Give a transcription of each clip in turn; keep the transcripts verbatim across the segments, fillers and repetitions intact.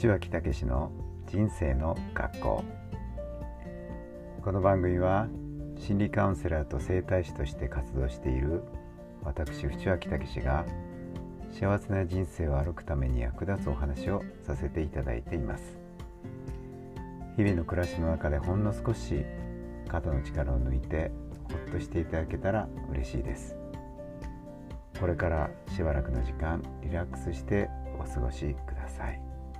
内脇武の人生の学校。この番組は心理カウンセラーと整体師として活動している私内脇武が幸せな人生を歩くために役立つお話をさせていただいています。日々の暮らしの中でほんの少し肩の力を抜いてほっとしていただけたら嬉しいです。これからしばらくの時間リラックスしてお過ごしください。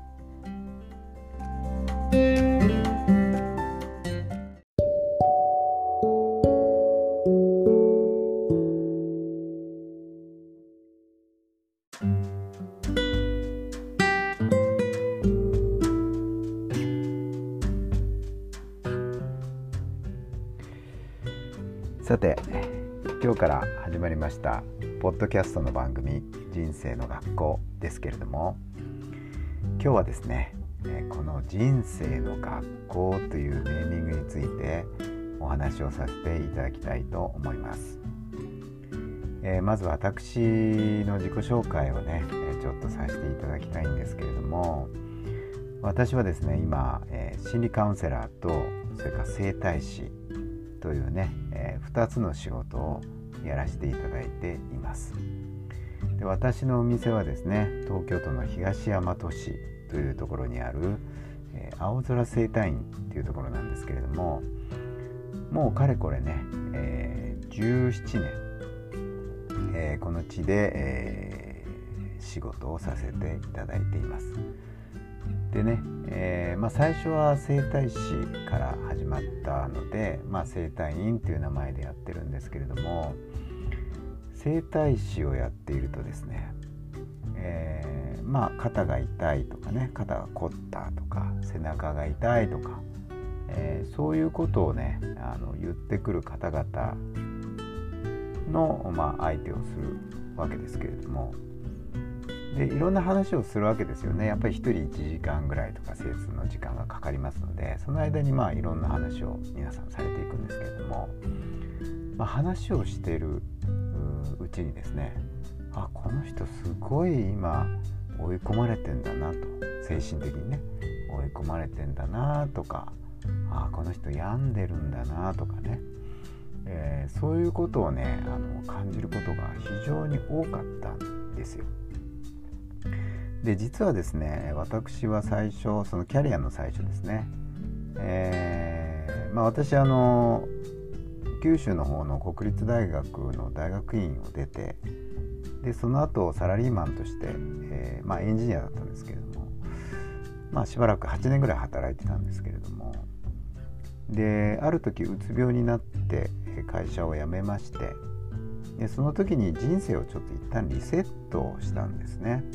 さて、今日から始まりましたポッドキャストの番組人生の学校ですけれども、今日はですねこの人生の学校というネーミングについてお話をさせていただきたいと思います。えー、まず私の自己紹介をねちょっとさせていただきたいんですけれども、私はですね今、えー、心理カウンセラーとそれから整体師というね、えー、ふたつの仕事をやらせていただいています。で、私のお店はですね東京都の東大和市というところにある、えー、青空整体院というところなんですけれども、もうかれこれね、えー、じゅうななねん、えー、この地で、えー、仕事をさせていただいています。でね、えーまあ、最初は整体師から始まったので、まあ、整体院という名前でやってるんですけれども、整体師をやっているとですね、えー、まあ肩が痛いとかね、肩が凝ったとか背中が痛いとか、えー、そういうことをねあの言ってくる方々の、まあ、相手をするわけですけれども、でいろんな話をするわけですよね。やっぱり一人いちじかんぐらいとか施術の時間がかかりますので、その間にまあいろんな話を皆さんされていくんですけれども、まあ、話をしている う, うちにですね、あ、この人すごい今追い込まれてんだなと、精神的にね追い込まれてんだなとか、あ、この人病んでるんだなとかね、えー、そういうことをねあの感じることが非常に多かったんですよ。で実はですね、私は最初そのキャリアの最初ですね、えーまあ、私あの九州の方の国立大学の大学院を出て、でその後サラリーマンとして、えーまあ、エンジニアだったんですけれども、まあ、しばらくはちねんぐらい働いてたんですけれども、である時うつ病になって会社を辞めまして、でその時に人生をちょっと一旦リセットしたんですね。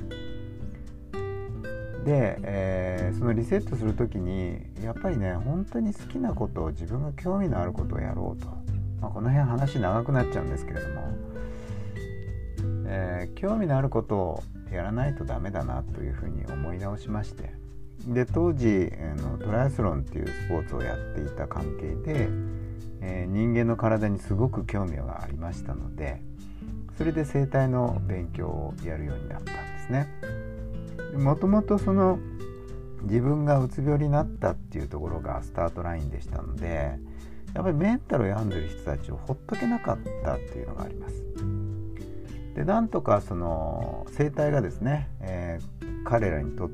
で、えー、そのリセットする時にやっぱりね本当に好きなことを、自分が興味のあることをやろうと、まあ、この辺話長くなっちゃうんですけれども、えー、興味のあることをやらないとダメだなというふうに思い直しまして、で当時あのトライアスロンっていうスポーツをやっていた関係で、えー、人間の体にすごく興味がありましたので、それで整体の勉強をやるようになったんですね。もともとその自分がうつ病になったっていうところがスタートラインでしたので、やっぱりメンタルを病んでる人たちをほっとけなかったっていうのがあります。でなんとかその整体がですね、えー、彼らにとって、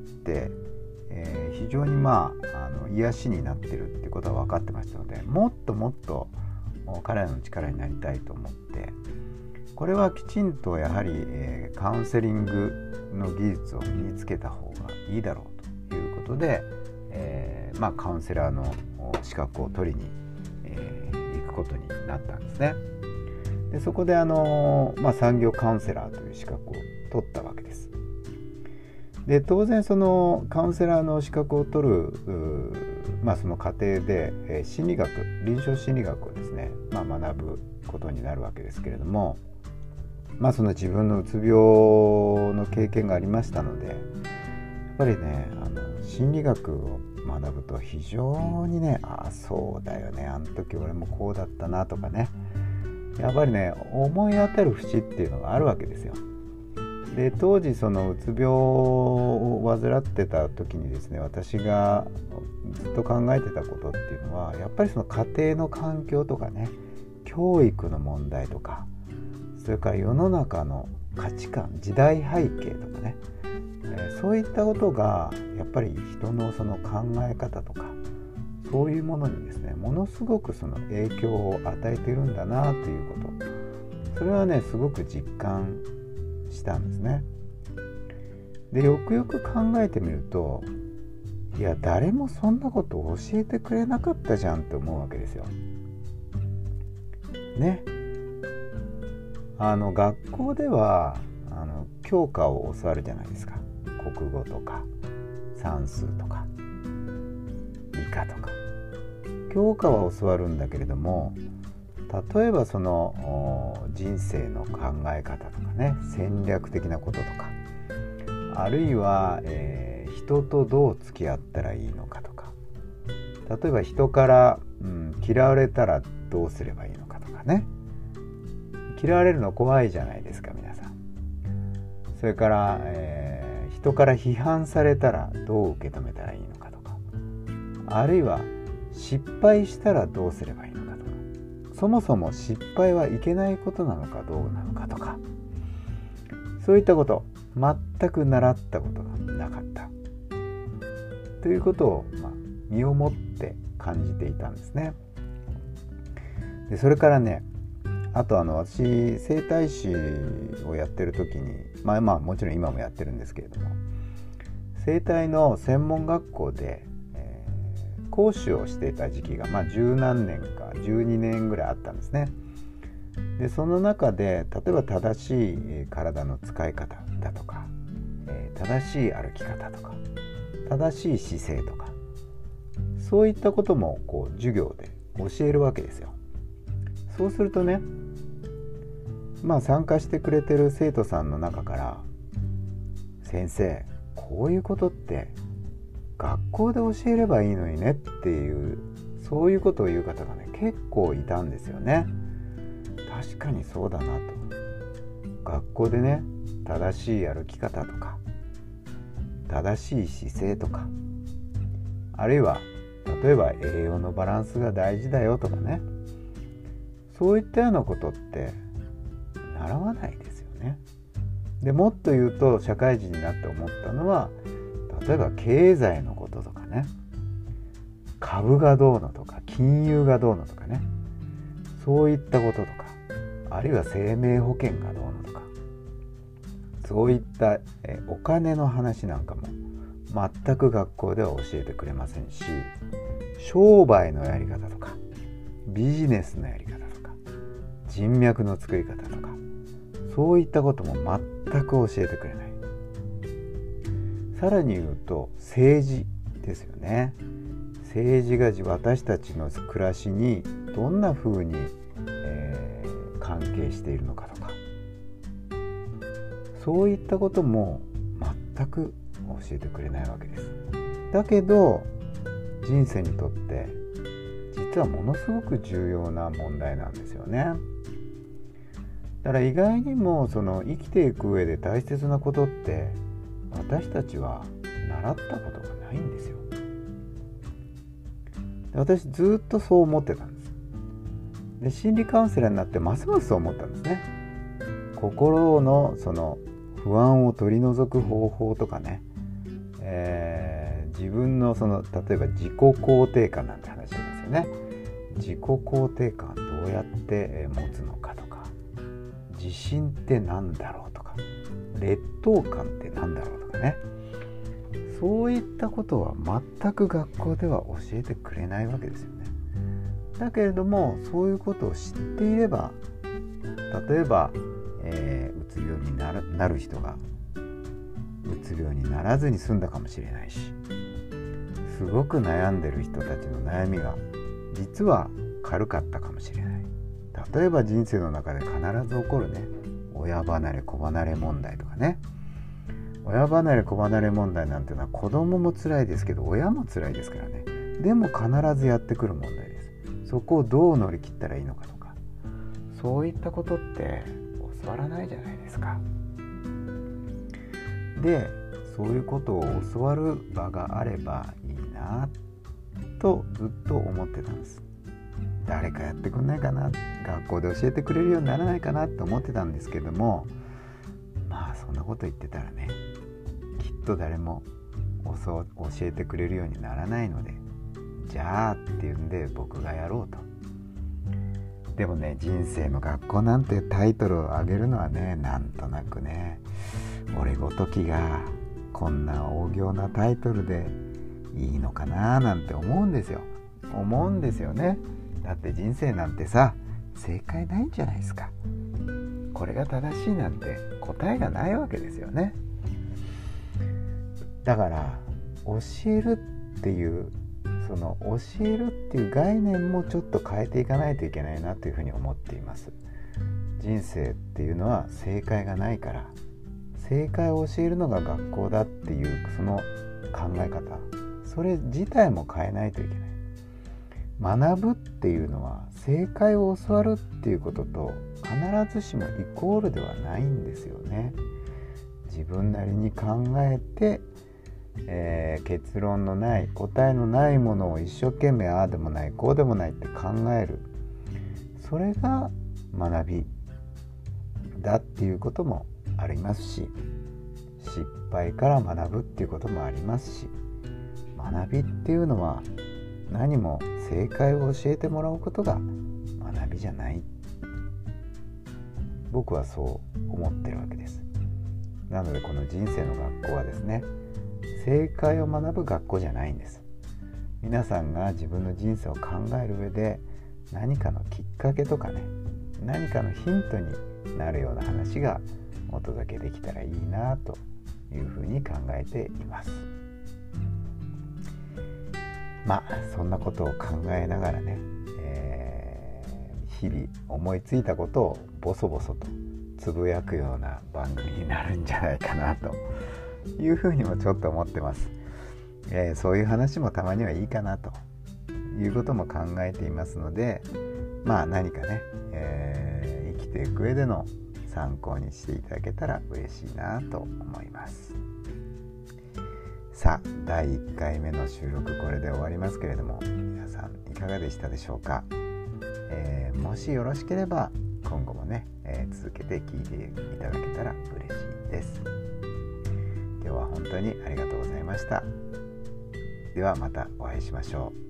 えー、非常にまあ、あの癒しになってるっていうことは分かってましたので、もっともっと彼らの力になりたいと思って、これはきちんとやはり、えー、カウンセリングの技術を身につけた方がいいだろうということで、えーまあ、カウンセラーの資格を取りに、えー、行くことになったんですね。でそこであの、まあ、産業カウンセラーという資格を取ったわけです。で当然そのカウンセラーの資格を取る、まあ、その過程で、えー、心理学臨床心理学をですね、まあ、学ぶことになるわけですけれども、まあ、その自分のうつ病の経験がありましたので、やっぱりねあの心理学を学ぶと非常にね、ああそうだよね、あの時俺もこうだったなとかね、やっぱりね思い当たる節っていうのがあるわけですよ。 で当時そのうつ病を患ってた時にですね、私がずっと考えてたことっていうのは、やっぱりその家庭の環境とかね、教育の問題とか、それから世の中の価値観、時代背景とかね、えー、そういったことがやっぱり人のその考え方とか、そういうものにですね、ものすごくその影響を与えているんだなということ、それはねすごく実感したんですね。でよくよく考えてみると、いや誰もそんなことを教えてくれなかったじゃんって思うわけですよね。あの学校ではあの教科を教わるじゃないですか。国語とか算数とか理科とか教科は教わるんだけれども、例えばその人生の考え方とかね、戦略的なこととか、あるいは、えー、人とどう付き合ったらいいのかとか、例えば人から、うん、嫌われたらどうすればいいのかとかね。嫌われるの怖いじゃないですか皆さん。それから、えー、人から批判されたらどう受け止めたらいいのかとか、あるいは失敗したらどうすればいいのかとか、そもそも失敗はいけないことなのかどうなのかとか、そういったこと全く習ったことがなかったということを、まあ、身をもって感じていたんですね。でそれからね、あとあの私整体師をやってる時に、まあまあもちろん今もやってるんですけれども、整体の専門学校で、えー、講師をしていた時期がまあ十何年かじゅうにねんぐらいあったんですね。でその中で例えば正しい体の使い方だとか、えー、正しい歩き方とか、正しい姿勢とか、そういったこともこう授業で教えるわけですよ。そうするとね、まあ参加してくれてる生徒さんの中から、先生こういうことって学校で教えればいいのにねっていう、そういうことを言う方がね結構いたんですよね。確かにそうだなと。学校でね正しい歩き方とか、正しい姿勢とか、あるいは例えば栄養のバランスが大事だよとかね、そういったようなことって習わないですよね。でもっと言うと、社会人になって思ったのは、例えば経済のこととかね、株がどうのとか金融がどうのとかね、そういったこととか、あるいは生命保険がどうのとか、そういったえお金の話なんかも全く学校では教えてくれませんし、商売のやり方とかビジネスのやり方とか人脈の作り方とか、そういったことも全く教えてくれない。さらに言うと政治ですよね。政治が私たちの暮らしにどんな風に、えー、関係しているのかとか、そういったことも全く教えてくれないわけです。だけど人生にとって実はものすごく重要な問題なんですよね。だから意外にもその生きていく上で大切なことって私たちは習ったことがないんですよ。私ずっとそう思ってたんです。で心理カウンセラーになってますますそう思ったんですね。心のその不安を取り除く方法とかね、えー、自分のその例えば自己肯定感なんて話ありますよね。自己肯定感どうやって持つのかとか、自信って何だろうとか、劣等感って何だろうとかね、そういったことは全く学校では教えてくれないわけですよね。だけれどもそういうことを知っていれば、例えば、えー、うつ病になる、なる人がうつ病にならずに済んだかもしれないし、すごく悩んでる人たちの悩みが実は軽かったかもしれない。例えば人生の中で必ず起こるね、親離れ子離れ問題とかね。親離れ子離れ問題なんていうのは子供も辛いですけど親も辛いですからね。でも必ずやってくる問題です。そこをどう乗り切ったらいいのかとか、そういったことって教わらないじゃないですか。 でそういうことを教わる場があればいいなとずっと思ってたんです。誰かやってくんないかな、学校で教えてくれるようにならないかなと思ってたんですけども、まあそんなこと言ってたらね、きっと誰も教えてくれるようにならないので、じゃあっていうんで僕がやろうと。でもね、人生の学校なんてタイトルを上げるのはね、なんとなくね、俺ごときがこんな大行なタイトルでいいのかななんて思うんですよ思うんですよね。だって人生なんてさ、正解ないんじゃないですか。これが正しいなんて答えがないわけですよね。だから教えるっていうその教えるっていう概念もちょっと変えていかないといけないなというふうに思っています。人生っていうのは正解がないから、正解を教えるのが学校だっていうその考え方、それ自体も変えないといけない。学ぶっていうのは正解を教わるっていうことと必ずしもイコールではないんですよね。自分なりに考えて、えー、結論のない答えのないものを一生懸命ああでもないこうでもないって考える、それが学びだっていうこともありますし、失敗から学ぶっていうこともありますし、学びっていうのは何も正解を教えてもらうことが学びじゃない、僕はそう思ってるわけです。なのでこの人生の学校はですね、正解を学ぶ学校じゃないんです。皆さんが自分の人生を考える上で何かのきっかけとかね、何かのヒントになるような話がお届けできたらいいなというふうに考えています。まあそんなことを考えながらね、えー、日々思いついたことをボソボソとつぶやくような番組になるんじゃないかなというふうにもちょっと思ってます。えー、そういう話もたまにはいいかなということも考えていますので、まあ何かね、えー、生きていく上での参考にしていただけたら嬉しいなと思います。さあだいいっかいめの収録これで終わりますけれども、皆さんいかがでしたでしょうか。えー、もしよろしければ今後もね、えー、続けて聞いていただけたら嬉しいです。今日は本当にありがとうございました。ではまたお会いしましょう。